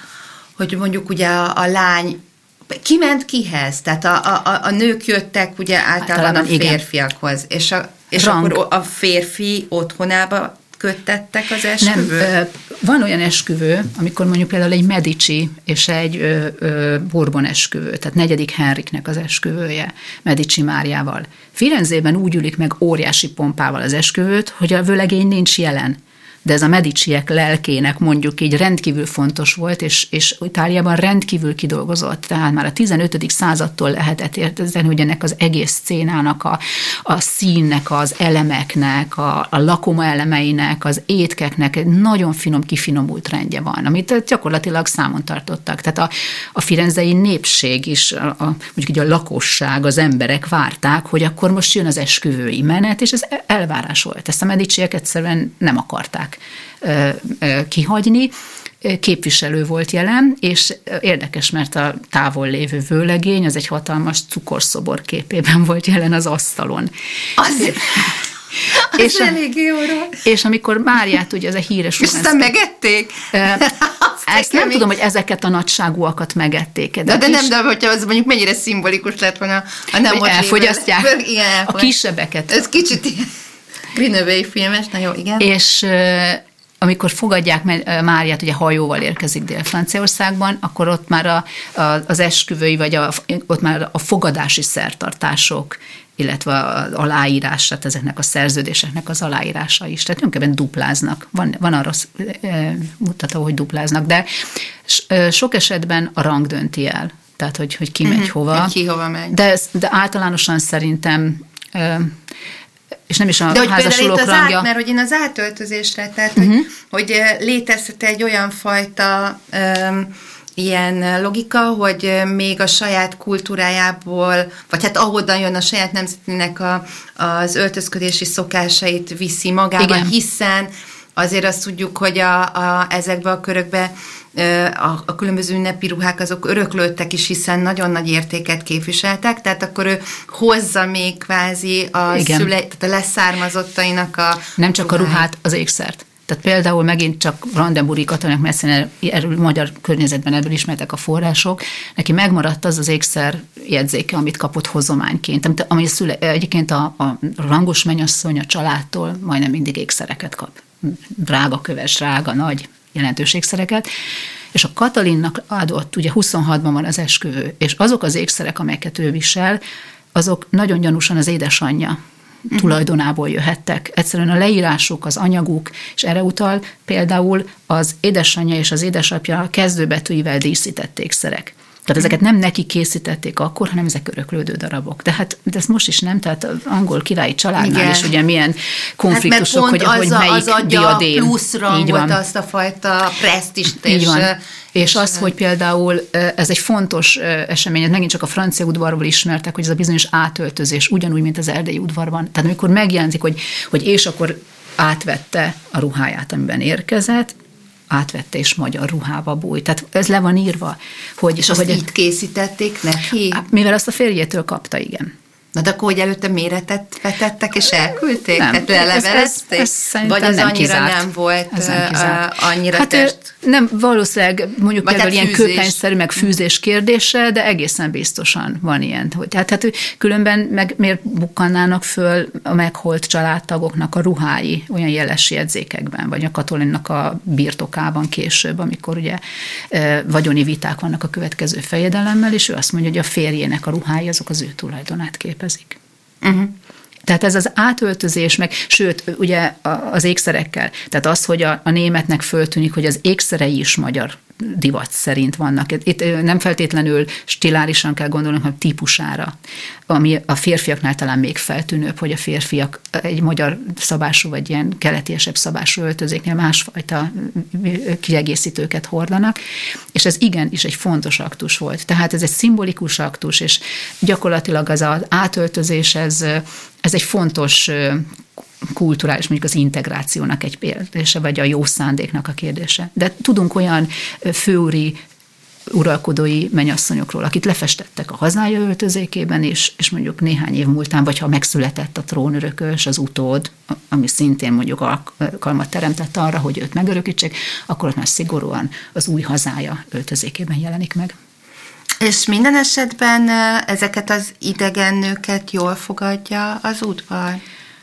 hogy mondjuk ugye a lány ki ment kihez? Tehát a nők jöttek ugye általában a férfiakhoz. És akkor a férfi otthonába köttettek az esküvőt? Nem, van olyan esküvő, amikor mondjuk például egy Medici és egy Bourbon esküvő, tehát 4. Henriknek az esküvője, Medici Máriával. Firenzében úgy ülik meg óriási pompával az esküvőt, hogy a vőlegény nincs jelen. De ez a Mediciek lelkének mondjuk így rendkívül fontos volt, és Itáliában rendkívül kidolgozott. Tehát már a 15. századtól lehetett értezni, hogy ennek az egész szcénának, a színnek, az elemeknek, a lakoma elemeinek, az étkeknek egy nagyon finom, kifinomult rendje van, amit gyakorlatilag számon tartottak. Tehát a firenzei népség is, mondjuk így a lakosság, az emberek várták, hogy akkor most jön az esküvői menet, és ez elvárás volt. Ezt a Mediciek egyszerűen nem akarták kihagyni. Képviselő volt jelen, és érdekes, mert a távol lévő vőlegény az egy hatalmas cukorszobor képében volt jelen az asztalon. És elég jóra. És amikor Máriát, ugye ez a híres... És aztán megették? Ezt nem tudom, hogy ezeket a nagyságúakat megették. De hogyha az mondjuk mennyire szimbolikus lett volna, nem hogy elfogyasztják igen, a kisebbeket. Ez kicsit ilyen Greenaway filmes, na jó, igen. És amikor fogadják Máriát, ugye hajóval érkezik Dél-Franciaországban, akkor ott már az esküvői, vagy ott már a fogadási szertartások, illetve az aláírás, tehát ezeknek a szerződéseknek az aláírása is. Tehát tulajdonképpen dupláznak. Van arra mutató, hogy dupláznak, de sok esetben a rang dönti el. Tehát, hogy ki megy hova. Ki hova megy. De általánosan szerintem... és nem is a de házasulók rangja. Mert hogy én az átöltözésre, tehát hogy létezhet egy olyan fajta ilyen logika, hogy még a saját kultúrájából, vagy hát ahonnan jön a saját nemzetének az öltözködési szokásait viszi magában, igen. Hiszen azért azt tudjuk, hogy ezekbe a körökbe a különböző ünnepi ruhák azok öröklődtek is, hiszen nagyon nagy értéket képviseltek, tehát akkor ő hozza még kvázi tehát a leszármazottainak a nem csak ruhát. A ruhát, az ékszert. Tehát például megint csak Brandenburgi Katalinak messzén erről magyar környezetben ebből ismertek a források, neki megmaradt az ékszer jegyzéke, amit kapott hozományként, ami egyébként a rangos mennyasszony a családtól majdnem mindig ékszereket kap. Drága köves, drága, nagy jelentős ékszereket, és a Katalinnak adott, ugye 26-ban van az esküvő, és azok az ékszerek, amelyeket ő visel, azok nagyon gyanúsan az édesanyja tulajdonából jöhettek. Egyszerűen a leírásuk, az anyaguk, és erre utal például az édesanyja és az édesapja kezdőbetűivel díszített ékszerek. Tehát ezeket nem neki készítették akkor, hanem ezek öröklődő darabok. Tehát ez most is nem, tehát az angol királyi családnál is ugye milyen konfliktusok, hogy melyik az adja diadém. Plusz rangot, azt a fajta presztist. Így van. És az, hogy például ez egy fontos esemény, megint csak a francia udvarból ismertek, hogy ez a bizonyos átöltözés, ugyanúgy, mint az erdélyi udvarban. Tehát amikor megjelenik, hogy és akkor átvette a ruháját, amiben érkezett, átvette és magyar ruhába bújt. Tehát ez le van írva. És azt itt készítették neki? Mivel azt a férjétől kapta, igen. Na de akkor, hogy előtte méretet vetettek és elküldték? Nem. Hát lelevelezték? Ez vagy az nem annyira kizárt. Nem volt annyira hát test? Nem, valószínűleg mondjuk vagy például hát ilyen köpenyszerű, meg fűzés kérdése, de egészen biztosan van ilyen. Hogy, hát különben meg miért bukkannának föl a megholt családtagoknak a ruhái olyan jeles jegyzékekben, vagy a Katalinnak a birtokában később, amikor ugye vagyoni viták vannak a következő fejedelemmel, és ő azt mondja, hogy a férjének a ruhái azok az ő tulajdonát képezik. Uh-huh. Tehát ez az átöltözés, meg sőt, ugye az ékszerekkel, tehát az, hogy a németnek föltűnik, hogy az ékszerei is magyar divat szerint vannak. Itt nem feltétlenül stilárisan kell gondolnunk, hanem típusára, ami a férfiaknál talán még feltűnőbb, hogy a férfiak egy magyar szabású, vagy ilyen keletiesebb szabású öltözéknél másfajta kiegészítőket hordanak, és ez igenis egy fontos aktus volt. Tehát ez egy szimbolikus aktus, és gyakorlatilag az átöltözés, ez egy fontos kulturális, mondjuk az integrációnak egy kérdése, vagy a jó szándéknak a kérdése. De tudunk olyan főúri uralkodói mennyasszonyokról, akit lefestettek a hazája öltözékében, és mondjuk néhány év múltán, vagy ha megszületett a trónörökös, az utód, ami szintén mondjuk alkalmat teremtett arra, hogy őt megörökítsék, akkor ott már szigorúan az új hazája öltözékében jelenik meg. És minden esetben ezeket az idegen nőket jól fogadja az udvar?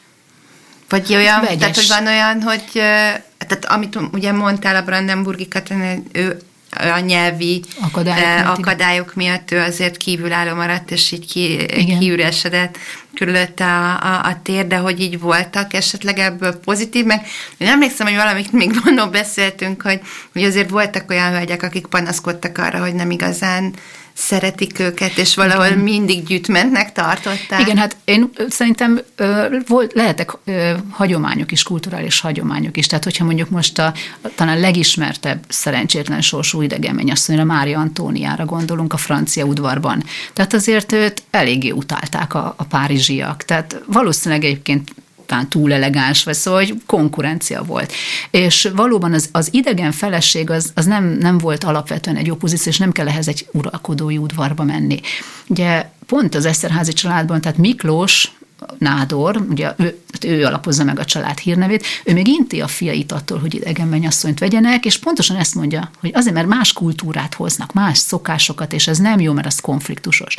Vagy olyan, tehát, hogy van olyan, hogy tehát amit ugye mondtál a Brandenburgi Katalin, ő a nyelvi akadályok miatt ő azért kívülálló maradt, és így kiüresedett körülötte a tér, de hogy így voltak esetleg ebből pozitív, meg én emlékszem, hogy valamit még mondom, beszéltünk, hogy azért voltak olyan hölgyek, akik panaszkodtak arra, hogy nem igazán szeretik őket, és valahol mindig gyűjtmentnek tartották. Igen, hát én szerintem lehetek hagyományok is, kulturális hagyományok is. Tehát, hogyha mondjuk most talán legismertebb szerencsétlen sorsú idegen mennyasszonyra, Mária Antóniára gondolunk a francia udvarban. Tehát azért őt eléggé utálták a párizsiak. Tehát valószínűleg egyébként talán túl elegáns, vagy szóval, hogy konkurencia volt. És valóban az idegen feleség az nem volt alapvetően egy opozíció, és nem kell ehhez egy uralkodói udvarba menni. Ugye pont az Esterházy családban, tehát Miklós nádor, ugye ő alapozza meg a család hírnevét, ő még inti a fiait attól, hogy idegen mennyasszonyt vegyenek, és pontosan ezt mondja, hogy azért, mert más kultúrát hoznak, más szokásokat, és ez nem jó, mert az konfliktusos.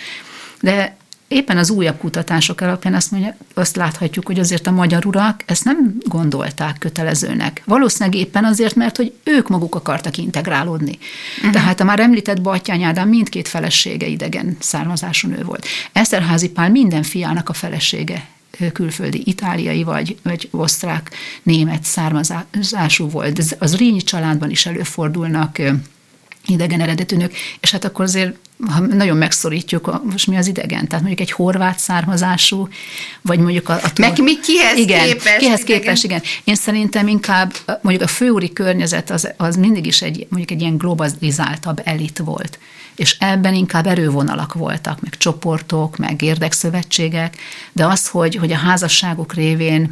De éppen az újabb kutatások alapján azt láthatjuk, hogy azért a magyar urak ezt nem gondolták kötelezőnek. Valószínűleg éppen azért, mert hogy ők maguk akartak integrálódni. Uh-huh. Tehát a már említett Batthyány Ádám mindkét felesége idegen származású nő volt. Esterházy Pál minden fiának a felesége külföldi, itáliai vagy osztrák, német származású volt. Az Rényi családban is előfordulnak idegen eredetű nők, és hát akkor azért, ha nagyon megszorítjuk, most mi az idegen? Tehát mondjuk egy horvát származású, vagy mondjuk meg mi kihez képest, igen. Én szerintem inkább mondjuk a főúri környezet az mindig is mondjuk egy ilyen globalizáltabb elit volt. És ebben inkább erővonalak voltak, meg csoportok, meg érdekszövetségek, de az, hogy a házasságok révén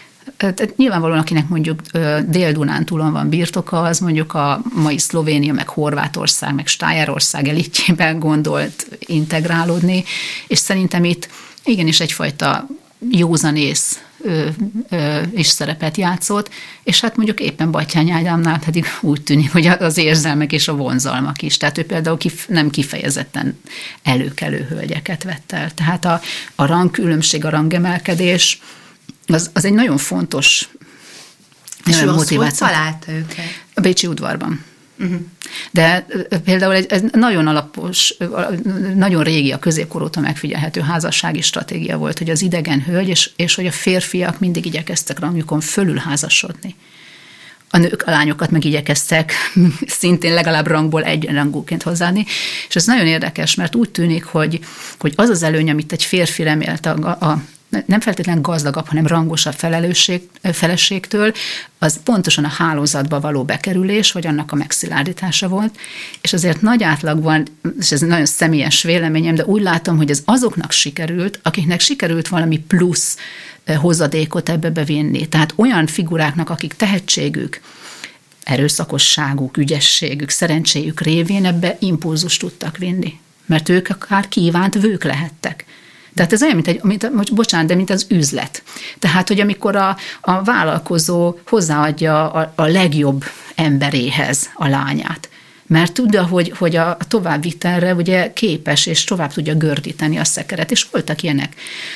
tehát nyilvánvalóan, akinek mondjuk Dél-Dunántúlon van birtoka, az mondjuk a mai Szlovénia, meg Horvátország, meg Stájerország elitjében gondolt integrálódni, és szerintem itt igenis egyfajta józanész is szerepet játszott, és hát mondjuk éppen Batthyány Ádámnál pedig úgy tűnik, hogy az érzelmek és a vonzalmak is. Tehát ő például nem kifejezetten előkelő hölgyeket vett el. Tehát a rangkülönbség, a rangemelkedés az egy nagyon fontos motiváció. És hol találta őket? A Bécsi udvarban. De például egy nagyon alapos, nagyon régi, a középkor óta megfigyelhető házassági stratégia volt, hogy az idegen hölgy, és hogy a férfiak mindig igyekeztek rangjukon fölül házasodni. A nők, a lányokat meg igyekeztek szintén legalább rangból egyenrangúként hozzáadni, és ez nagyon érdekes, mert úgy tűnik, hogy az előny, amit egy férfi remélt nem feltétlenül gazdagabb, hanem rangosabb feleségtől, az pontosan a hálózatba való bekerülés, vagy annak a megszilárdítása volt, és azért nagy átlagban, és ez nagyon személyes véleményem, de úgy látom, hogy ez azoknak sikerült, akiknek sikerült valami plusz hozadékot ebbe bevinni. Tehát olyan figuráknak, akik tehetségük, erőszakosságuk, ügyességük, szerencséjük révén ebbe impulzust tudtak vinni. Mert ők akár kívánt vők lehettek. Tehát ez olyan, mint az üzlet. Tehát, hogy amikor a vállalkozó hozzáadja a legjobb emberéhez a lányát, mert tudja, hogy a továbbvitelre ugye képes, és tovább tudja gördíteni a szekeret, és voltak ilyenek.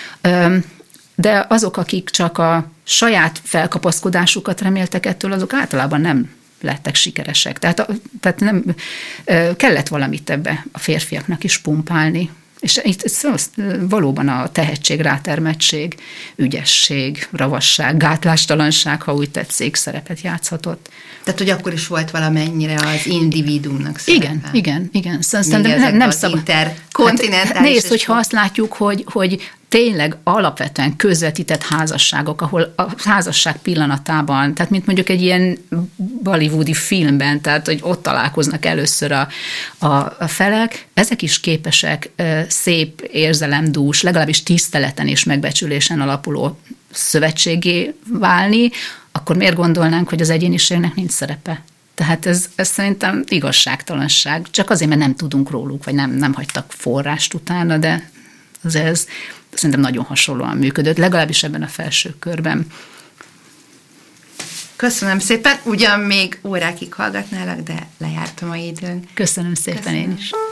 De azok, akik csak a saját felkapaszkodásukat reméltek ettől, azok általában nem lettek sikeresek. Tehát nem kellett valamit ebbe a férfiaknak is pumpálni. És itt valóban a tehetség, rátermettség, ügyesség, ravasság, gátlástalanság, ha úgy tetszik, szerepet játszhatott. Tehát, hogy akkor is volt valamennyire az individuumnak szerepe. Igen. Szerintem nem szabad. Interkontinentális. Nézd, hogyha azt látjuk, hogy tényleg alapvetően közvetített házasságok, ahol a házasság pillanatában, tehát mint mondjuk egy ilyen bollywoodi filmben, tehát hogy ott találkoznak először a felek, ezek is képesek szép, érzelemdús, legalábbis tiszteleten és megbecsülésen alapuló szövetségé válni, akkor miért gondolnánk, hogy az egyéniségnek nincs szerepe? Tehát ez szerintem igazságtalanság. Csak azért, mert nem tudunk róluk, vagy nem hagytak forrást utána, de ez szerintem nagyon hasonlóan működött, legalábbis ebben a felső körben. Köszönöm szépen, ugyan még órákig hallgatnálak, de lejárt a mai időnk. Köszönöm szépen. Én is.